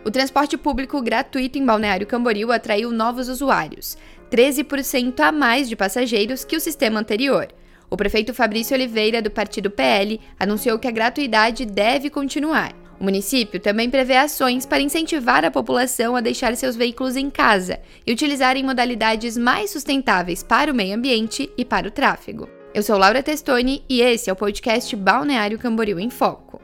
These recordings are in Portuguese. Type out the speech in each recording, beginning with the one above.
O transporte público gratuito em Balneário Camboriú atraiu novos usuários, 13% a mais de passageiros que o sistema anterior. O prefeito Fabrício Oliveira, do partido PL, anunciou que a gratuidade deve continuar. O município também prevê ações para incentivar a população a deixar seus veículos em casa e utilizarem modalidades mais sustentáveis para o meio ambiente e para o tráfego. Eu sou Laura Testoni e esse é o podcast Balneário Camboriú em Foco.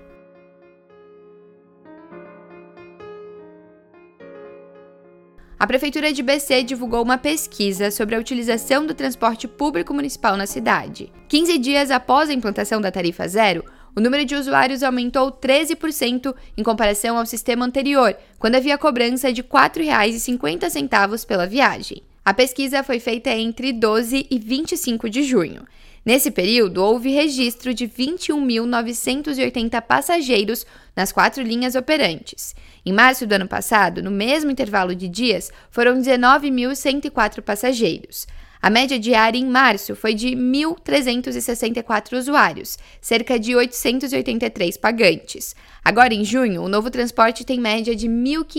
A Prefeitura de BC divulgou uma pesquisa sobre a utilização do transporte público municipal na cidade. 15 dias após a implantação da tarifa zero, o número de usuários aumentou 13% em comparação ao sistema anterior, quando havia cobrança de R$ 4,50 pela viagem. A pesquisa foi feita entre 12 e 25 de junho. Nesse período, houve registro de 21.980 passageiros nas 4 linhas operantes. Em março do ano passado, no mesmo intervalo de dias, foram 19.104 passageiros. A média diária em março foi de 1.364 usuários, cerca de 883 pagantes. Agora, em junho, o novo transporte tem média de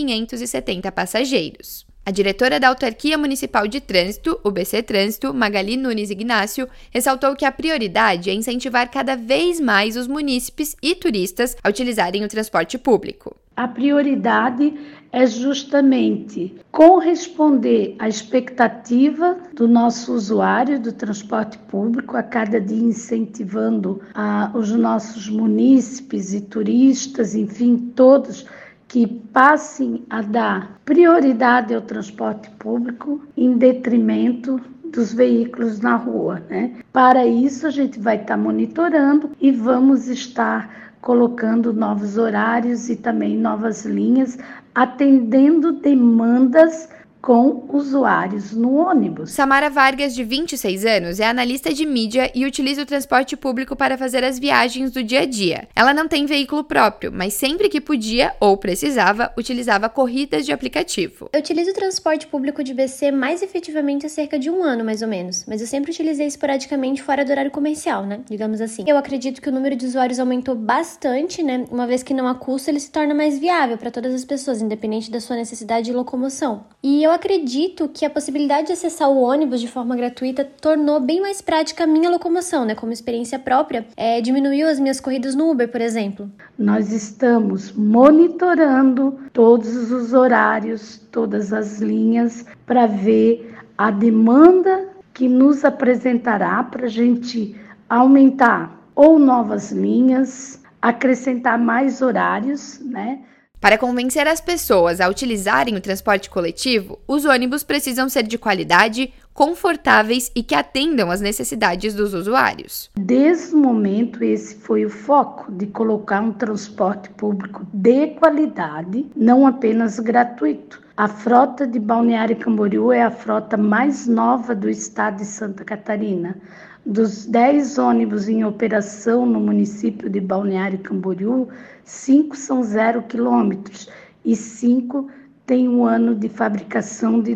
1.570 passageiros. A diretora da Autarquia Municipal de Trânsito, o BC Trânsito, Magali Nunes Ignácio, ressaltou que a prioridade é incentivar cada vez mais os munícipes e turistas a utilizarem o transporte público. A prioridade é justamente corresponder à expectativa do nosso usuário do transporte público, a cada dia incentivando os nossos munícipes e turistas, enfim, todos que passem a dar prioridade ao transporte público em detrimento dos veículos na rua, né? Para isso, a gente vai estar monitorando e vamos estar colocando novos horários e também novas linhas, atendendo demandas com usuários no ônibus. Samara Vargas, de 26 anos, é analista de mídia e utiliza o transporte público para fazer as viagens do dia a dia. Ela não tem veículo próprio, mas sempre que podia ou precisava, utilizava corridas de aplicativo. Eu utilizo o transporte público de BC mais efetivamente há cerca de 1 ano, mais ou menos, mas eu sempre utilizei esporadicamente fora do horário comercial, né? Digamos assim. Eu acredito que o número de usuários aumentou bastante, né? Uma vez que não há custo, ele se torna mais viável para todas as pessoas, independente da sua necessidade de locomoção. E eu acredito que a possibilidade de acessar o ônibus de forma gratuita tornou bem mais prática a minha locomoção, né? Como experiência própria, diminuiu as minhas corridas no Uber, por exemplo. Nós estamos monitorando todos os horários, todas as linhas, para ver a demanda que nos apresentará para a gente aumentar ou novas linhas, acrescentar mais horários, né? Para convencer as pessoas a utilizarem o transporte coletivo, os ônibus precisam ser de qualidade, confortáveis e que atendam às necessidades dos usuários. Desde o momento, esse foi o foco de colocar um transporte público de qualidade, não apenas gratuito. A frota de Balneário Camboriú é a frota mais nova do estado de Santa Catarina. Dos 10 ônibus em operação no município de Balneário Camboriú, 5 são 0 quilômetros e 5 têm um ano de fabricação de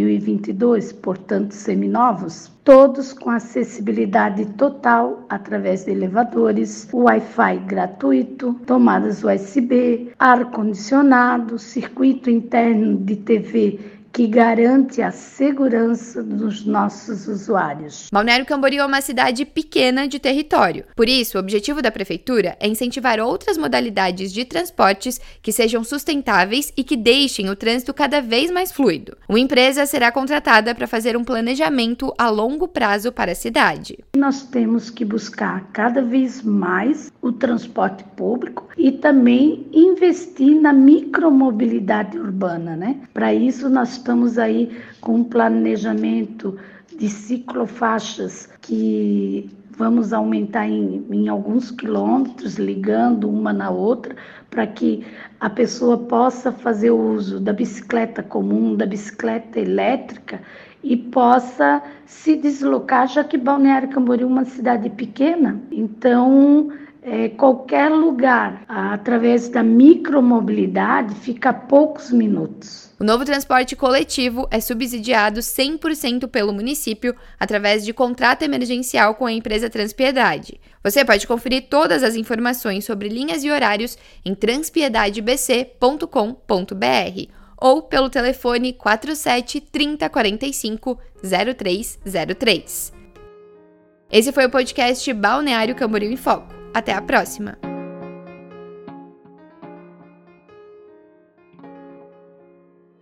2022, portanto seminovos. Todos com acessibilidade total através de elevadores, Wi-Fi gratuito, tomadas USB, ar-condicionado, circuito interno de TV que garante a segurança dos nossos usuários. Balneário Camboriú é uma cidade pequena de território. Por isso, o objetivo da Prefeitura é incentivar outras modalidades de transportes que sejam sustentáveis e que deixem o trânsito cada vez mais fluido. Uma empresa será contratada para fazer um planejamento a longo prazo para a cidade. Nós temos que buscar cada vez mais o transporte público e também investir na micromobilidade urbana, né? Para isso, nós estamos aí com um planejamento de ciclofaixas que vamos aumentar em alguns quilômetros, ligando uma na outra, para que a pessoa possa fazer uso da bicicleta comum, da bicicleta elétrica e possa se deslocar, já que Balneário Camboriú é uma cidade pequena, então qualquer lugar, através da micromobilidade, fica a poucos minutos. O novo transporte coletivo é subsidiado 100% pelo município através de contrato emergencial com a empresa Transpiedade. Você pode conferir todas as informações sobre linhas e horários em transpiedadebc.com.br ou pelo telefone 47 30 45 0303. Esse foi o podcast Balneário Camboriú em Foco. Até a próxima!